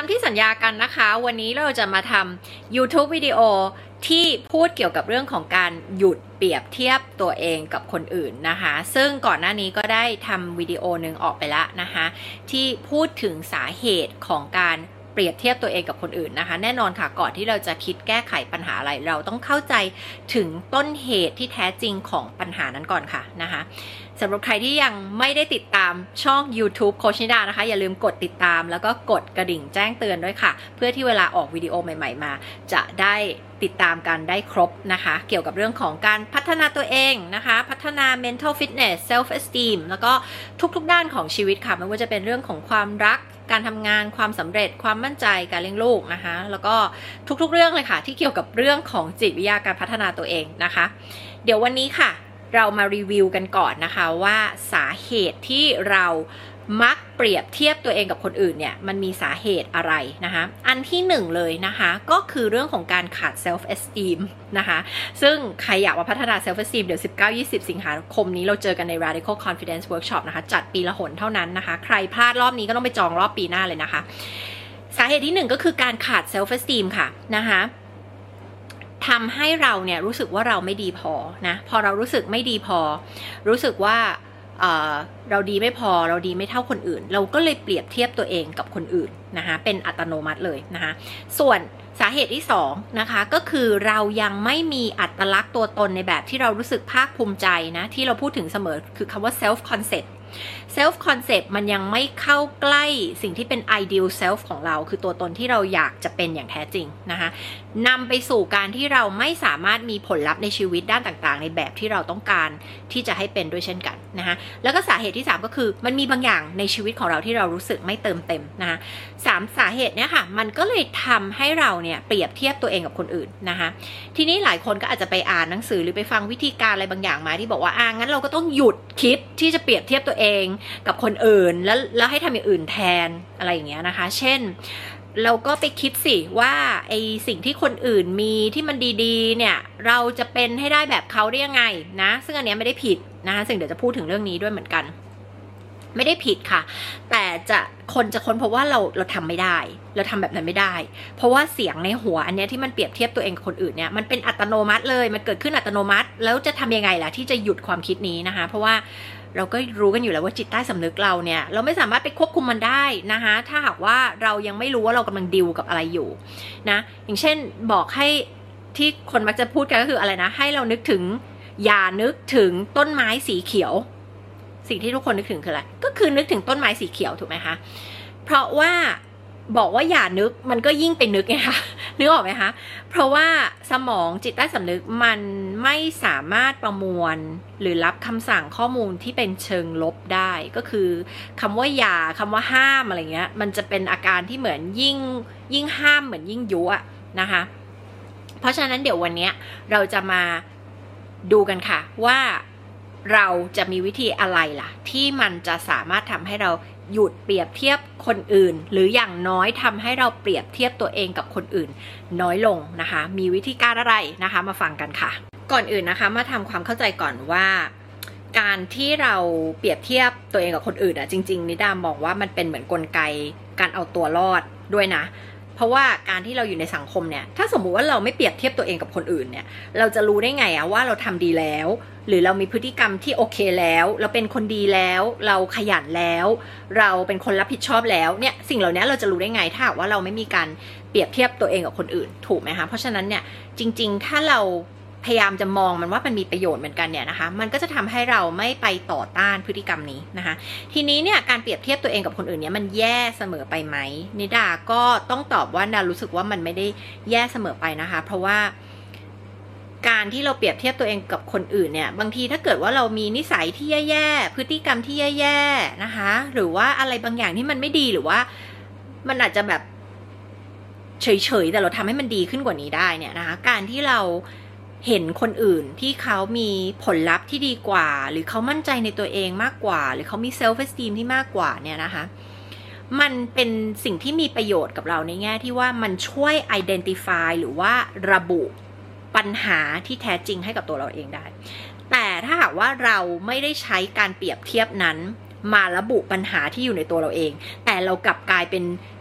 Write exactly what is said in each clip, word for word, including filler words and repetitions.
ามที่สัญญากันนะคะวันนี้เราจะมาทำ YouTube วิดีโอที่พูดเกี่ยวกับเรื่องของการหยุดเปรียบเทียบตัวเองกับคนอื่นนะคะซึ่งก่อนหน้านี้ก็ได้ทำวิดีโอหนึ่งออกไปแล้วนะคะที่พูดถึงสาเหตุของการเปรียบเทียบตัวเองกับคนอื่นนะคะแน่นอนค่ะก่อนที่เราจะคิดแก้ไขปัญหาอะไรเราต้องเข้าใจถึงต้นเหตุที่แท้จริงของปัญหานั้นก่อนค่ะนะคะสำหรับใครที่ยังไม่ได้ติดตามช่อง YouTube โคชนิดานะคะอย่าลืมกดติดตามแล้วก็กดกระดิ่งแจ้งเตือนด้วยค่ะเพื่อที่เวลาออกวิดีโอใหม่ๆมาจะได้ติดตามกันได้ครบนะคะเกี่ยวกับเรื่องของการพัฒนาตัวเองนะคะพัฒนา mental fitness self esteem แล้วก็ทุกๆด้านของชีวิตค่ะไม่ว่าจะเป็นเรื่องของความรักการทำงานความสำเร็จความมั่นใจการเลี้ยงลูกนะคะแล้วก็ทุกๆเรื่องเลยค่ะที่เกี่ยวกับเรื่องของจิตวิทยาการพัฒนาตัวเองนะคะเดี๋ยววันนี้ค่ะเรามารีวิวกันก่อนนะคะว่าสาเหตุที่เรามักเปรียบเทียบตัวเองกับคนอื่นเนี่ยมันมีสาเหตุอะไรนะคะอันที่หนึ่งเลยนะคะก็คือเรื่องของการขาด self esteem นะคะซึ่งใครอยากมาพัฒนา self esteem เดี๋ยว สิบเก้าถึงยี่สิบ สิงหาคมนี้เราเจอกันใน Radical Confidence Workshop นะคะจัดปีละหนเท่านั้นนะคะใครพลาดรอบนี้ก็ต้องไปจองรอบปีหน้าเลยนะคะสาเหตุที่หนึ่งก็คือการขาด self esteem ค่ะนะคะทำให้เราเนี่ยรู้สึกว่าเราไม่ดีพอนะพอเรารู้สึกไม่ดีพอรู้สึกว่าเอ่อเราดีไม่พอเราดีไม่เท่าคนอื่นเราก็เลยเปรียบเทียบตัวเองกับคนอื่นนะคะเป็นอัตโนมัติเลยนะคะส่วนสาเหตุที่สองนะคะก็คือเรายังไม่มีอัตลักษณ์ตัวตนในแบบที่เรารู้สึกภาคภูมิใจนะที่เราพูดถึงเสมอคือคำว่า self concept self concept มันยังไม่เข้าใกล้สิ่งที่เป็น ideal self ของเราคือตัวตนที่เราอยากจะเป็นอย่างแท้จริงนะคะนำไปสู่การที่เราไม่สามารถมีผลลัพธ์ในชีวิตด้านต่างๆในแบบที่เราต้องการที่จะให้เป็นด้วยเช่นกันนะคะแล้วก็สาเหตุที่สามก็คือมันมีบางอย่างในชีวิตของเราที่เรารู้สึกไม่เติมเต็มนะคะสามสาเหตุเนี่ยค่ะมันก็เลยทำให้เราเนี่ยเปรียบเทียบตัวเองกับคนอื่นนะคะทีนี้หลายคนก็อาจจะไปอ่านหนังสือหรือไปฟังวิธีการอะไรบางอย่างมาที่บอกว่าอ่างั้นเราก็ต้องหยุดคิดที่จะเปรียบเทียบตัวเองกับคนอื่นแล้วแล้วให้ทำอย่างอื่นแทนอะไรอย่างเงี้ยนะคะเช่นเราก็ไปคิดสิว่าไอสิ่งที่คนอื่นมีที่มันดีๆเนี่ยเราจะเป็นให้ได้แบบเขาได้ยังไงนะซึ่งอันเนี้ยไม่ได้ผิดนะคะซึ่งเดี๋ยวจะพูดถึงเรื่องนี้ด้วยเหมือนกันไม่ได้ผิดค่ะแต่จะคนจะค้นเพราะว่าเราเราทำไม่ได้เราทำแบบนั้นไม่ได้เพราะว่าเสียงในหัวอันเนี้ยที่มันเปรียบเทียบตัวเองกับคนอื่นเนี่ยมันเป็นอัตโนมัติเลยมันเกิดขึ้นอัตโนมัติแล้วจะทำยังไงล่ะที่จะหยุดความคิดนี้นะคะเพราะว่าเราก็รู้กันอยู่แล้วว่าจิตใต้สำนึกเราเนี่ยเราไม่สามารถไปควบคุมมันได้นะคะถ้าหากว่าเรายังไม่รู้ว่าเรากำลังดิวกับอะไรอยู่นะอย่างเช่นบอกให้ที่คนมักจะพูดกันก็คืออะไรนะให้เรานึกถึงอย่านึกถึงต้นไม้สีเขียวสิ่งที่ทุกคนนึกถึงคืออะไรก็คือนึกถึงต้นไม้สีเขียวถูกไหมคะเพราะว่าบอกว่าอย่านึกมันก็ยิ่งไปนึกไงคะนึกออกไหมคะเพราะว่าสมองจิตใต้สำนึกมันไม่สามารถประมวลหรือรับคำสั่งข้อมูลที่เป็นเชิงลบได้ก็คือคำว่าอย่าคำว่าห้ามอะไรเงี้ยมันจะเป็นอาการที่เหมือนยิ่งยิ่งห้ามเหมือนยิ่งยุอะนะคะเพราะฉะนั้นเดี๋ยววันนี้เราจะมาดูกันค่ะว่าเราจะมีวิธีอะไรล่ะที่มันจะสามารถทำให้เราหยุดเปรียบเทียบคนอื่นหรืออย่างน้อยทำให้เราเปรียบเทียบตัวเองกับคนอื่นน้อยลงนะคะมีวิธีการอะไรนะคะมาฟังกันค่ะก่อนอื่นนะคะมาทำความเข้าใจก่อนว่าการที่เราเปรียบเทียบตัวเองกับคนอื่นอ่ะจริงๆนิดามองว่ามันเป็นเหมือนกลไกการเอาตัวรอดด้วยนะเพราะว่าการที่เราอยู่ในสังคมเนี่ยถ้าสมมุติว่าเราไม่เปรียบเทียบตัวเองกับคนอื่นเนี่ยเราจะรู้ได้ไงอะว่าเราทำดีแล้วหรือเรามีพฤติกรรมที่โอเคแล้วเราเป็นคนดีแล้วเราขยันแล้วเราเป็นคนรับผิดชอบแล้วเนี่ยสิ่งเหล่านี้เราจะรู้ได้ไงถ้าว่าเราไม่มีการเปรียบเทียบตัวเองกับคนอื่นถูกไหมคะเพราะฉะนั้นเนี่ยจริงๆถ้าเราพยายามจะมองมันว่ามันมีประโยชน์เหมือนกันเนี่ยนะคะมันก็จะทำให้เราไม่ไปต่อต้านพฤติกรรมนี้นะคะทีนี้เนี่ยการเปรียบเทียบตัวเองกับคนอื่นเนี่ยมันแย่เสมอไปไหมนิดาก็ต้องตอบว่านารู้สึกว่ามันไม่ได้แย่เสมอไปนะคะเพราะว่าการที่เราเปรียบเทียบตัวเองกับคนอื่นเนี่ยบางทีถ้าเกิดว่าเรามีนิสัยที่แย่ๆพฤติกรรมที่แย่ๆนะคะหรือว่าอะไรบางอย่างที่มันไม่ดีหรือว่ามันอาจจะแบบเฉยๆแต่เราทำให้มันดีขึ้นกว่านี้ได้เนี่ยนะคะการที่เราเห็นคนอื่นที่เขามีผลลัพธ์ที่ดีกว่าหรือเขามั่นใจในตัวเองมากกว่าหรือเขามีเซลฟ์เอสตีมที่มากกว่าเนี่ยนะคะมันเป็นสิ่งที่มีประโยชน์กับเราในแง่ที่ว่ามันช่วย identify หรือว่าระบุปัญหาที่แท้จริงให้กับตัวเราเองได้แต่ถ้าหากว่าเราไม่ได้ใช้การเปรียบเทียบนั้นมาระบุปัญหาที่อยู่ในตัวเราเองแต่เรากลับกลายเป็น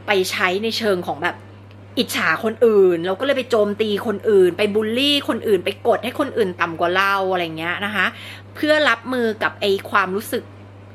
ไปใช้ในเชิงของแบบอิจฉาคนอื่นเราก็เลยไปโจมตีคนอื่นไปบูลลี่คนอื่นไปกดให้คนอื่นต่ำกว่าเราอะไรเงี้ยนะคะเพื่อรับมือกับไอ้ความรู้สึก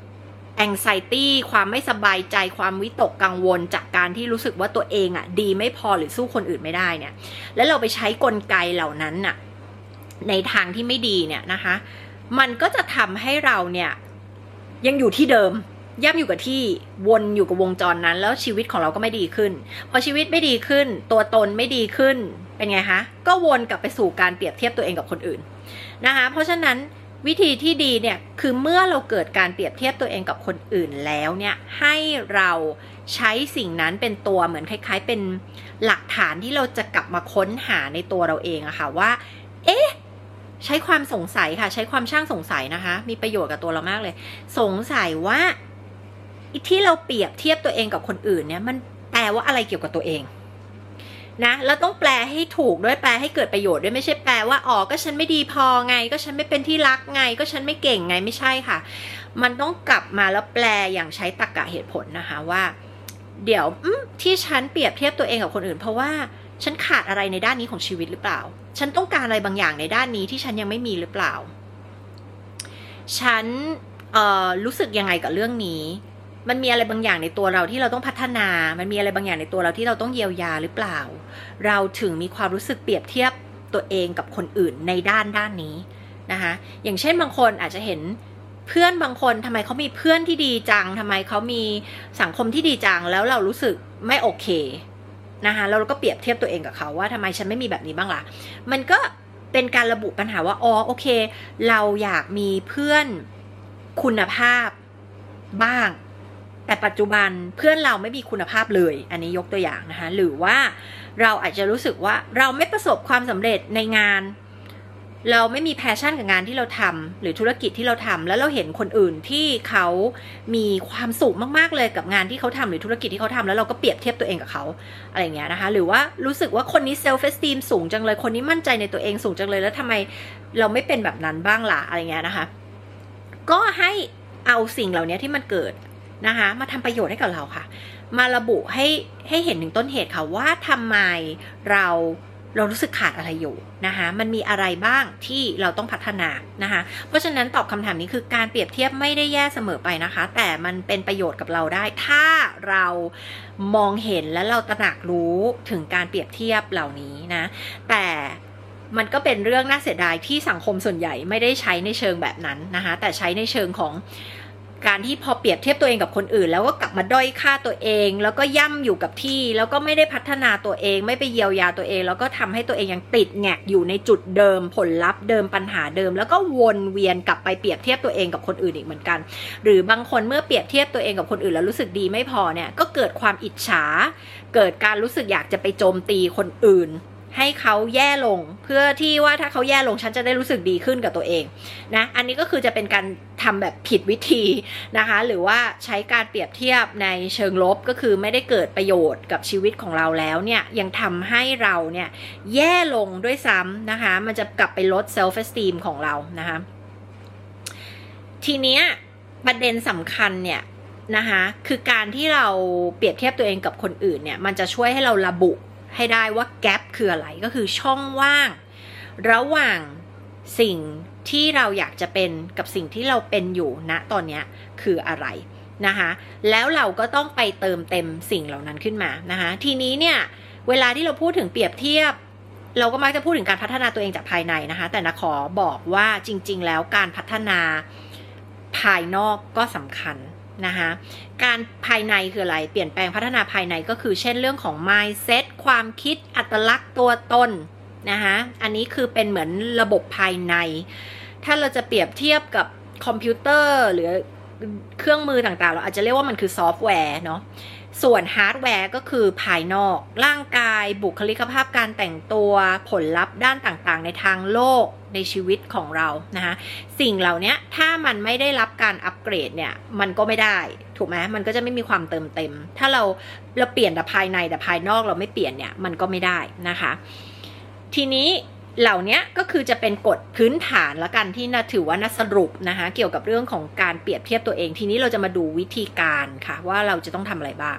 anxiety ความไม่สบายใจความวิตกกังวลจากการที่รู้สึกว่าตัวเองอ่ะดีไม่พอหรือสู้คนอื่นไม่ได้เนี่ยแล้วเราไปใช้กลไกเหล่านั้นน่ะในทางที่ไม่ดีเนี่ยนะคะมันก็จะทำให้เราเนี่ยยังอยู่ที่เดิมย่ำอยู่กับที่วนอยู่กับวงจรนั้นแล้วชีวิตของเราก็ไม่ดีขึ้นพอชีวิตไม่ดีขึ้นตัวตนไม่ดีขึ้นเป็นไงคะก็วนกลับไปสู่การเปรียบเทียบตัวเองกับคนอื่นนะคะเพราะฉะนั้นวิธีที่ดีเนี่ยคือเมื่อเราเกิดการเปรียบเทียบตัวเองกับคนอื่นแล้วเนี่ยให้เราใช้สิ่งนั้นเป็นตัวเหมือนคล้ายๆเป็นหลักฐานที่เราจะกลับมาค้นหาในตัวเราเองอะค่ะว่าเอ๊ะใช้ความสงสัยค่ะใช้ความช่างสงสัยนะคะมีประโยชน์กับตัวเรามากเลยสงสัยว่าที่เราเปรียบเทียบตัวเองกับคนอื่นเนี่ยมันแปลว่าอะไรเกี่ยวกับตัวเองนะแล้วต้องแปลให้ถูกด้วยแปลให้เกิดประโยชน์ด้วยไม่ใช่แปลว่าอ๋อก็ฉันไม่ดีพอไงก็ฉันไม่เป็นที่รักไงก็ฉันไม่เก่งไงไม่ใช่ค่ะมันต้องกลับมาแล้วแปลอย่างใช้ตรรกะเหตุผลนะคะว่าเดี๋ยวที่ฉันเปรียบเทียบตัวเองกับคนอื่นเพราะว่าฉันขาดอะไรในด้านนี้ของชีวิตหรือเปล่าฉันต้องการอะไรบางอย่างในด้านนี้ที่ฉันยังไม่มีหรือเปล่าฉันเอ่อรู้สึกยังไงกับเรื่องนี้มันมีอะไรบางอย่างในตัวเราที่เราต้องพัฒนามันมีอะไรบางอย่างในตัวเราที่เราต้องเยียวยาหรือเปล่าเราถึงมีความรู้สึกเปรียบเทียบตัวเองกับคนอื่นในด้านด้านนี้นะคะอย่างเช่นบางคนอาจจะเห็นเพื่อนบางคนทำไมเขามีเพื่อนที่ดีจังทำไมเขามีสังคมที่ดีจังแล้วเรารู้สึกไม่โอเคนะคะแล้วเราก็เปรียบเทียบตัวเองกับเขาว่าทำไมฉันไม่มีแบบนี้บ้างล่ะมันก็เป็นการระบุปัญหาว่าอ๋อโอเคเราอยากมีเพื่อนคุณภาพบ้างแต่ปัจจุบันเพื่อนเราไม่มีคุณภาพเลยอันนี้ยกตัวอย่างนะคะหรือว่าเราอาจจะรู้สึกว่าเราไม่ประสบความสำเร็จในงานเราไม่มีแพชชั่นกับงานที่เราทำหรือธุรกิจที่เราทำแล้วเราเห็นคนอื่นที่เขามีความสุขมากๆเลยกับงานที่เขาทำหรือธุรกิจที่เขาทำแล้วเราก็เปรียบเทียบตัวเองกับเขาอะไรเงี้ยนะคะหรือว่ารู้สึกว่าคนนี้เซลฟ์เอสตีมสูงจังเลยคนนี้มั่นใจในตัวเองสูงจังเลยแล้วทำไมเราไม่เป็นแบบนั้นบ้างล่ะอะไรเงี้ยนะคะก็ให้เอาสิ่งเหล่านี้ที่มันเกิดนะคะมาทำประโยชน์ให้กับเราค่ะมาระบุให้ให้เห็นถึงต้นเหตุค่ะว่าทำไมเราเรารู้สึกขาดอะไรอยู่นะคะมันมีอะไรบ้างที่เราต้องพัฒนานะคะเพราะฉะนั้นตอบคำถามนี้คือการเปรียบเทียบไม่ได้แย่เสมอไปนะคะแต่มันเป็นประโยชน์กับเราได้ถ้าเรามองเห็นและเราตระหนักรู้ถึงการเปรียบเทียบเหล่านี้นะแต่มันก็เป็นเรื่องน่าเสียดายที่สังคมส่วนใหญ่ไม่ได้ใช้ในเชิงแบบนั้นนะคะแต่ใช้ในเชิงของการที่พอเปรียบเทียบตัวเองกับคนอื่นแล้วก็กลับมาด้อยค่าตัวเองแล้วก็ย่ำอยู่กับที่แล้วก็ไม่ได้พัฒนาตัวเองไม่ไปเยียวยาตัวเองแล้วก็ทำให้ตัวเองยังติดแงกอยู่ในจุดเดิมผลลัพธ์เดิมปัญหาเดิมแล้วก็วนเวียนกลับไปเปรียบเทียบตัวเองกับคนอื่นอีกเหมือนกันหรือบางคนเมื่อเปรียบเทียบตัวเองกับคนอื่นแล้วรู้สึกดีไม่พอเนี่ยก็เกิดความอิจฉาเกิดการรู้สึกอยากจะไปโจมตีคนอื่นให้เขาแย่ลงเพื่อที่ว่าถ้าเขาแย่ลงฉันจะได้รู้สึกดีขึ้นกับตัวเองนะอันนี้ก็คือจะเป็นการทำแบบผิดวิธีนะคะหรือว่าใช้การเปรียบเทียบในเชิงลบก็คือไม่ได้เกิดประโยชน์กับชีวิตของเราแล้วเนี่ยยังทำให้เราเนี่ยแย่ลงด้วยซ้ำนะคะมันจะกลับไปลด self esteem ของเรานะคะทีเนี้ยประเด็นสำคัญเนี่ยนะคะคือการที่เราเปรียบเทียบตัวเองกับคนอื่นเนี่ยมันจะช่วยให้เราระบุให้ได้ว่าแกปคืออะไรก็คือช่องว่างระหว่างสิ่งที่เราอยากจะเป็นกับสิ่งที่เราเป็นอยู่ณตอนนี้คืออะไรนะคะแล้วเราก็ต้องไปเติมเต็มสิ่งเหล่านั้นขึ้นมานะคะทีนี้เนี่ยเวลาที่เราพูดถึงเปรียบเทียบเราก็มักจะพูดถึงการพัฒนาตัวเองจากภายในนะคะแต่นะขอบอกว่าจริงๆแล้วการพัฒนาภายนอกก็สำคัญนะคะการภายในคืออะไรเปลี่ยนแปลงพัฒนาภายในก็คือเช่นเรื่องของ mindset ความคิดอัตลักษณ์ตัวตนนะคะอันนี้คือเป็นเหมือนระบบภายในถ้าเราจะเปรียบเทียบกับคอมพิวเตอร์หรือเครื่องมือต่างๆเราอาจจะเรียกว่ามันคือซอฟต์แวร์เนาะส่วนฮาร์ดแวร์ก็คือภายนอกร่างกายบุคลิกภาพการแต่งตัวผลลัพธ์ด้านต่างๆในทางโลกในชีวิตของเรานะคะสิ่งเหล่านี้ถ้ามันไม่ได้รับการอัปเกรดเนี่ยมันก็ไม่ได้ถูกไหมมันก็จะไม่มีความเติมเต็มถ้าเราเราเปลี่ยนแต่ภายในแต่ภายนอกเราไม่เปลี่ยนเนี่ยมันก็ไม่ได้นะคะทีนี้เหล่านี้ก็คือจะเป็นกฎพื้นฐานละกันที่น่าถือว่าน่าสรุปนะคะเกี่ยวกับเรื่องของการเปรียบเทียบตัวเองทีนี้เราจะมาดูวิธีการค่ะว่าเราจะต้องทำอะไรบ้าง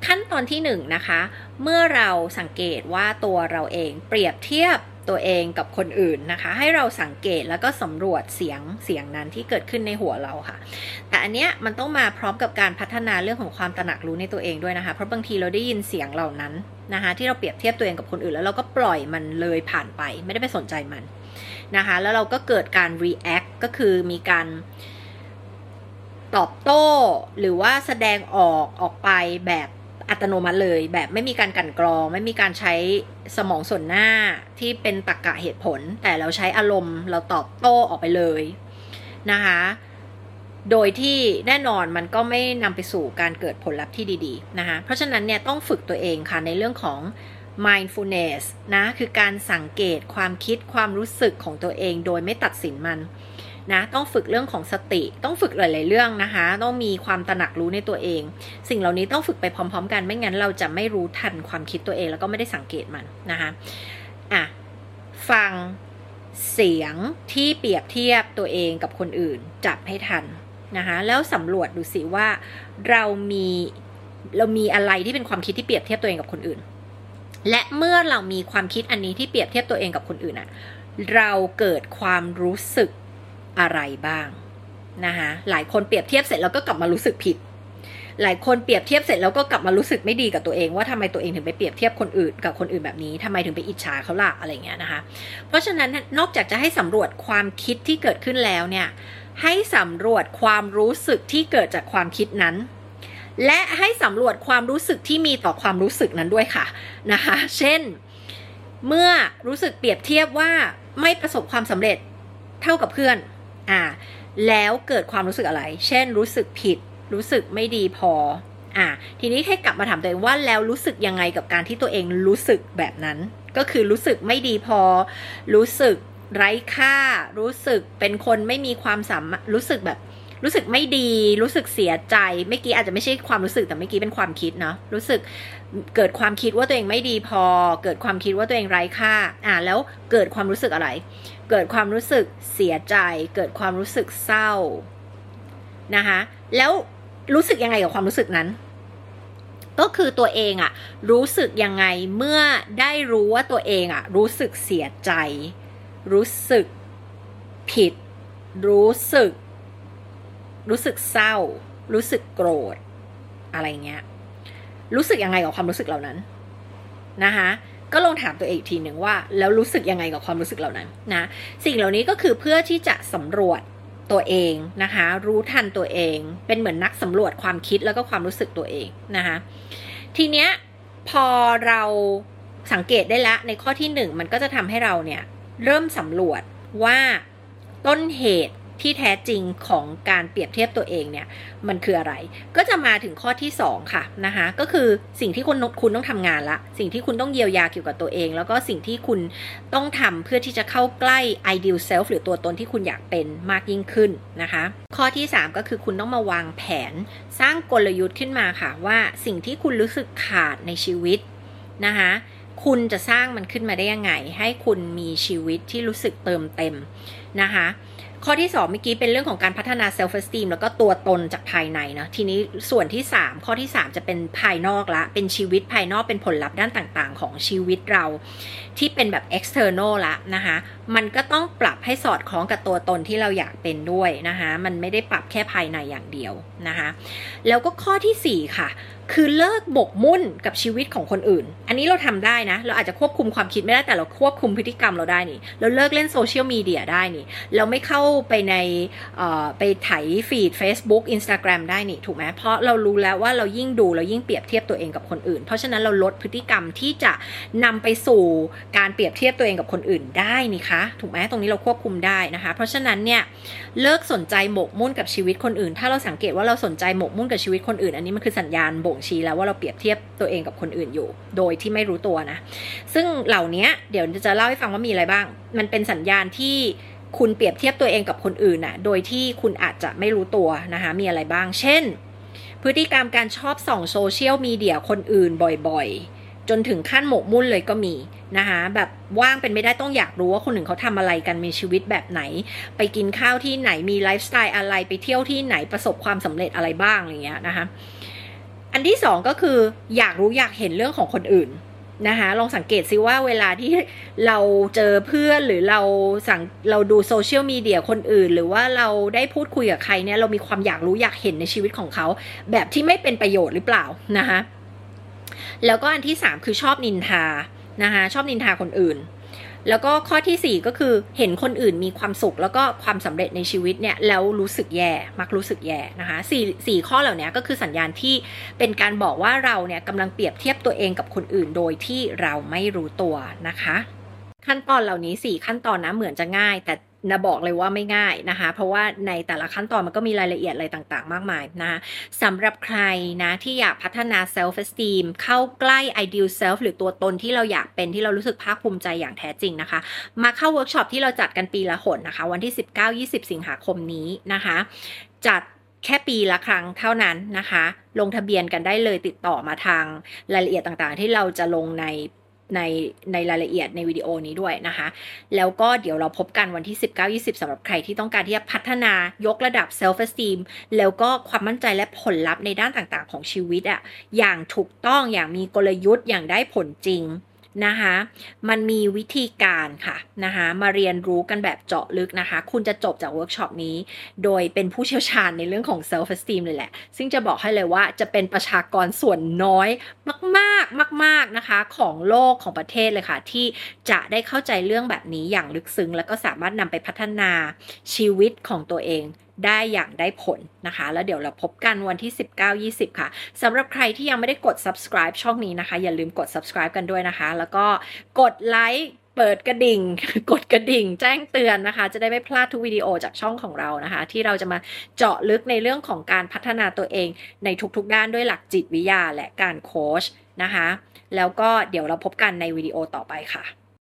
ขั้นตอนที่หนึ่งนะคะเมื่อเราสังเกตว่าตัวเราเองเปรียบเทียบตัวเองกับคนอื่นนะคะให้เราสังเกตแล้วก็สำรวจเสียงเสียงนั้นที่เกิดขึ้นในหัวเราค่ะแต่อันเนี้ยมันต้องมาพร้อมกับการพัฒนาเรื่องของความตระหนักรู้ในตัวเองด้วยนะคะเพราะบางทีเราได้ยินเสียงเหล่านั้นนะคะที่เราเปรียบเทียบตัวเองกับคนอื่นแล้วเราก็ปล่อยมันเลยผ่านไปไม่ได้ไปสนใจมันนะคะแล้วเราก็เกิดการ react ก็คือมีการตอบโต้หรือว่าแสดงออกออกไปแบบอัตโนมัติเลยแบบไม่มีการกลั่นกรองไม่มีการใช้สมองส่วนหน้าที่เป็นตรรกะเหตุผลแต่เราใช้อารมณ์เราตอบโต้ออกไปเลยนะคะโดยที่แน่นอนมันก็ไม่นำไปสู่การเกิดผลลัพธ์ที่ดีๆนะคะเพราะฉะนั้นเนี่ยต้องฝึกตัวเองค่ะในเรื่องของ mindfulness นะคือการสังเกตความคิดความรู้สึกของตัวเองโดยไม่ตัดสินมันนะต้องฝึกเรื่องของสติต้องฝึกหลายๆเรื่องนะคะต้องมีความตระหนักรู้ในตัวเองสิ่งเหล่านี้ต้องฝึกไปพร้อมๆกันไม่งั้นเราจะไม่รู้ทันความคิดตัวเองแล้วก็ไม่ได้สังเกตมันนะคะอ่ะฟังเสียงที่เปรียบเทียบตัวเองกับคนอื่นจับให้ทันนะคะแล้วสำรวจดูสิว่าเรามีเรามีอะไรที่เป็นความคิดที่เปรียบเทียบตัวเองกับคนอื่นและเมื่อเรามีความคิดอันนี้ที่เปรียบเทียบตัวเองกับคนอื่นอ่ะเราเกิดความรู้สึกอะไรบ้างนะคะหลายคนเปรียบเทียบเสร็จแล้วก็กลับมารู้สึกผิดหลายคนเปรียบเทียบเสร็จแล้วก็กลับมารู้สึกไม่ดีกับตัวเองว่าทำไมตัวเองถึงไปเปรียบเทียบคนอื่นกับคนอื่นแบบนี้ทำไมถึงไปอิจฉาเขาล่ะอะไรเงี้ยนะคะเพราะฉะนั้นนอกจากจะให้สำรวจความคิดที่เกิดขึ้นแล้วเนี่ยให้สำรวจความรู้สึกที่เกิดจากความคิดนั้นและให้สำรวจความรู้สึกที่มีต่อความรู้สึกนั้นด้วยค่ะนะคะเช่นเมื่อรู้สึกเปรียบเทียบว่าไม่ประสบความสำเร็จเท่ากับเพื่อนอ่าแล้วเกิดความรู้สึกอะไรเช่นรู้สึกผิดรู้สึกไม่ดีพออ่าทีนี้ให้กลับมาถามตัวเองว่าแล้วรู้สึกยังไงกับการที่ตัวเองรู้สึกแบบนั้นก็คือรู้สึกไม่ดีพอรู้สึกไร้ค่ารู้สึกเป็นคนไม่มีความสามารถรู้สึกแบบรู้สึกไม่ดีรู้สึกเสียใจเมื่อกี้อาจจะไม่ใช่ความรู้สึกแต่เมื่อกี้เป็นความคิดเนาะรู้สึกเกิดความคิดว่าตัวเองไม่ดีพอเกิดความคิดว่าตัวเองไร้ค่าอ่าแล้วเกิดความรู้สึกอะไรเกิดความรู้สึกเสียใจเกิดความรู้สึกเศร้านะคะแล้วรู้สึกยังไงกับความรู้สึกนั้นก็คือตัวเองอะรู้สึกยังไงเมื่อได้รู้ว่าตัวเองอะรู้สึกเสียใจรู้สึกผิดรู้สึกรู้สึกเศร้ารู้สึกโกรธอะไรเงี้ยรู้สึกยังไงกับความรู้สึกเหล่านั้นนะคะก็ลองถามตัวเองอีกทีหนึ่งว่าแล้วรู้สึกยังไงกับความรู้สึกเหล่านั้นนะสิ่งเหล่านี้ก็คือเพื่อที่จะสำรวจตัวเองนะคะรู้ทันตัวเองเป็นเหมือนนักสำรวจความคิดแล้วก็ความรู้สึกตัวเองนะคะทีเนี้ยพอเราสังเกตได้ละในข้อที่หนึ่งมันก็จะทำให้เราเนี่ยเริ่มสำรวจว่าต้นเหตุที่แท้จริงของการเปรียบเทียบตัวเองเนี่ยมันคืออะไรก็จะมาถึงข้อที่สองค่ะนะคะก็คือสิ่งที่คุณคุณต้องทำงานละสิ่งที่คุณต้องเยียวยาเกี่ยวกับตัวเองแล้วก็สิ่งที่คุณต้องทำเพื่อที่จะเข้าใกล้ ideal self หรือตัวตนที่คุณอยากเป็นมากยิ่งขึ้นนะคะข้อที่สามก็คือคุณต้องมาวางแผนสร้างกลยุทธ์ขึ้นมาค่ะว่าสิ่งที่คุณรู้สึกขาดในชีวิตนะคะคุณจะสร้างมันขึ้นมาได้ยังไงให้คุณมีชีวิตที่รู้สึกเติมเต็มนะคะข้อที่สองเมื่อกี้เป็นเรื่องของการพัฒนา self esteem แล้วก็ตัวตนจากภายในนะทีนี้ส่วนที่สามข้อที่สามจะเป็นภายนอกละเป็นชีวิตภายนอกเป็นผลลัพธ์ด้านต่างๆของชีวิตเราที่เป็นแบบ external ละนะคะมันก็ต้องปรับให้สอดคล้องกับตัวตนที่เราอยากเป็นด้วยนะคะมันไม่ได้ปรับแค่ภายในอย่างเดียวนะคะแล้วก็ข้อที่สี่ค่ะคือเลิกบกมุ่นกับชีวิตของคนอื่นอันนี้เราทำได้นะเราอาจจะควบคุมความคิดไม่ได้แต่เราควบคุมพฤติกรรมเราได้นี่เราเลิกเล่นโซเชียลมีเดียได้นี่เราไม่เข้าไปในเอ่อไปไถฟีด Facebook Instagram ได้นี่ถูกไหมเพราะเรารู้แล้วว่าเรายิ่งดูเรายิ่งเปรียบเทียบตัวเองกับคนอื่นเพราะฉะนั้นเราลดพฤติกรรมที่จะนำไปสู่การเปรียบเทียบตัวเองกับคนอื่นได้นี่คะถูกไหมตรงนี้เราควบคุมได้นะคะเพราะฉะนั้นเนี่ยเลิกสนใจหมกมุ่นกับชีวิตคนอื่นถ้าเราสังเกตว่าเราสนใจหมกมุ่นกับชีวิตคนอื่นอันนี้มันคือสัญญาณบ่งชี้แล้วว่าเราเปรียบเทียบตัวเองกับคนอื่นอยู่โดยที่ไม่รู้ตัวนะซึ่งเหล่านี้เดี๋ยวจะเล่าให้ฟังว่ามีอะไรบ้างมันเป็นสัญญาณที่คุณเปรียบเทียบตัวเองกับคนอื่นน่ะโดยที่คุณอาจจะไม่รู้ตัวนะคะมีอะไรบ้างเช่นพฤติกรรมการชอบส่องโซเชียลมีเดียคนอื่นบ่อยๆจนถึงขั้นหมกมุ่นเลยก็มีนะคะแบบว่างเป็นไม่ได้ต้องอยากรู้ว่าคนอื่นเขาทำอะไรกันมีชีวิตแบบไหนไปกินข้าวที่ไหนมีไลฟ์สไตล์อะไรไปเที่ยวที่ไหนประสบความสำเร็จอะไรบ้างอะไรเงี้ยนะคะอันที่สองก็คืออยากรู้อยากเห็นเรื่องของคนอื่นนะคะลองสังเกตซิว่าเวลาที่เราเจอเพื่อนหรือเราสั่งเราดูโซเชียลมีเดียคนอื่นหรือว่าเราได้พูดคุยกับใครเนี่ยเรามีความอยากรู้อยากเห็นในชีวิตของเขาแบบที่ไม่เป็นประโยชน์หรือเปล่านะคะแล้วก็อันที่สามคือชอบนินทานะคะชอบนินทาคนอื่นแล้วก็ข้อที่สี่ก็คือเห็นคนอื่นมีความสุขแล้วก็ความสำเร็จในชีวิตเนี่ยแล้วรู้สึกแย่มักรู้สึกแย่นะคะสี่สี่ข้อเหล่านี้ก็คือสัญญาณที่เป็นการบอกว่าเราเนี่ยกำลังเปรียบเทียบตัวเองกับคนอื่นโดยที่เราไม่รู้ตัวนะคะขั้นตอนเหล่านี้สี่ขั้นตอนนะเหมือนจะง่ายแต่นะบอกเลยว่าไม่ง่ายนะคะเพราะว่าในแต่ละขั้นตอนมันก็มีรายละเอียดอะไรต่างๆมากมายนะคะสำหรับใครนะที่อยากพัฒนา self esteem เข้าใกล้ ideal self หรือตัวตนที่เราอยากเป็นที่เรารู้สึกภาคภูมิใจอย่างแท้จริงนะคะมาเข้าเวิร์กช็อปที่เราจัดกันปีละหนนะคะวันที่ สิบเก้า ยี่สิบ สิงหาคมนี้นะคะจัดแค่ปีละครั้งเท่านั้นนะคะลงทะเบียนกันได้เลยติดต่อมาทางรายละเอียดต่างๆที่เราจะลงในในในรายละเอียดในวิดีโอนี้ด้วยนะคะแล้วก็เดี๋ยวเราพบกันวันที่ สิบเก้า ยี่สิบ สำหรับใครที่ต้องการที่จะพัฒนายกระดับ self esteem แล้วก็ความมั่นใจและผลลัพธ์ในด้านต่างๆของชีวิตอ่ะอย่างถูกต้องอย่างมีกลยุทธ์อย่างได้ผลจริงนะคะมันมีวิธีการค่ะนะคะมาเรียนรู้กันแบบเจาะลึกนะคะคุณจะจบจากเวิร์กช็อปนี้โดยเป็นผู้เชี่ยวชาญในเรื่องของ self esteem เลยแหละซึ่งจะบอกให้เลยว่าจะเป็นประชากรส่วนน้อยมากๆมากๆนะคะของโลกของประเทศเลยค่ะที่จะได้เข้าใจเรื่องแบบนี้อย่างลึกซึ้งแล้วก็สามารถนำไปพัฒนาชีวิตของตัวเองได้อย่างได้ผลนะคะแล้วเดี๋ยวเราพบกันวันที่ สิบเก้า ยี่สิบ ค่ะสำหรับใครที่ยังไม่ได้กด subscribe ช่องนี้นะคะอย่าลืมกด subscribe กันด้วยนะคะแล้วก็กดไลค์เปิดกระดิ่ง กดกระดิ่งแจ้งเตือนนะคะจะได้ไม่พลาดทุกวิดีโอจากช่องของเรานะคะที่เราจะมาเจาะลึกในเรื่องของการพัฒนาตัวเองในทุกๆด้านด้วยหลักจิตวิทยาและการโค้ชนะคะแล้วก็เดี๋ยวเราพบกันในวิดีโอต่อไปค่ะ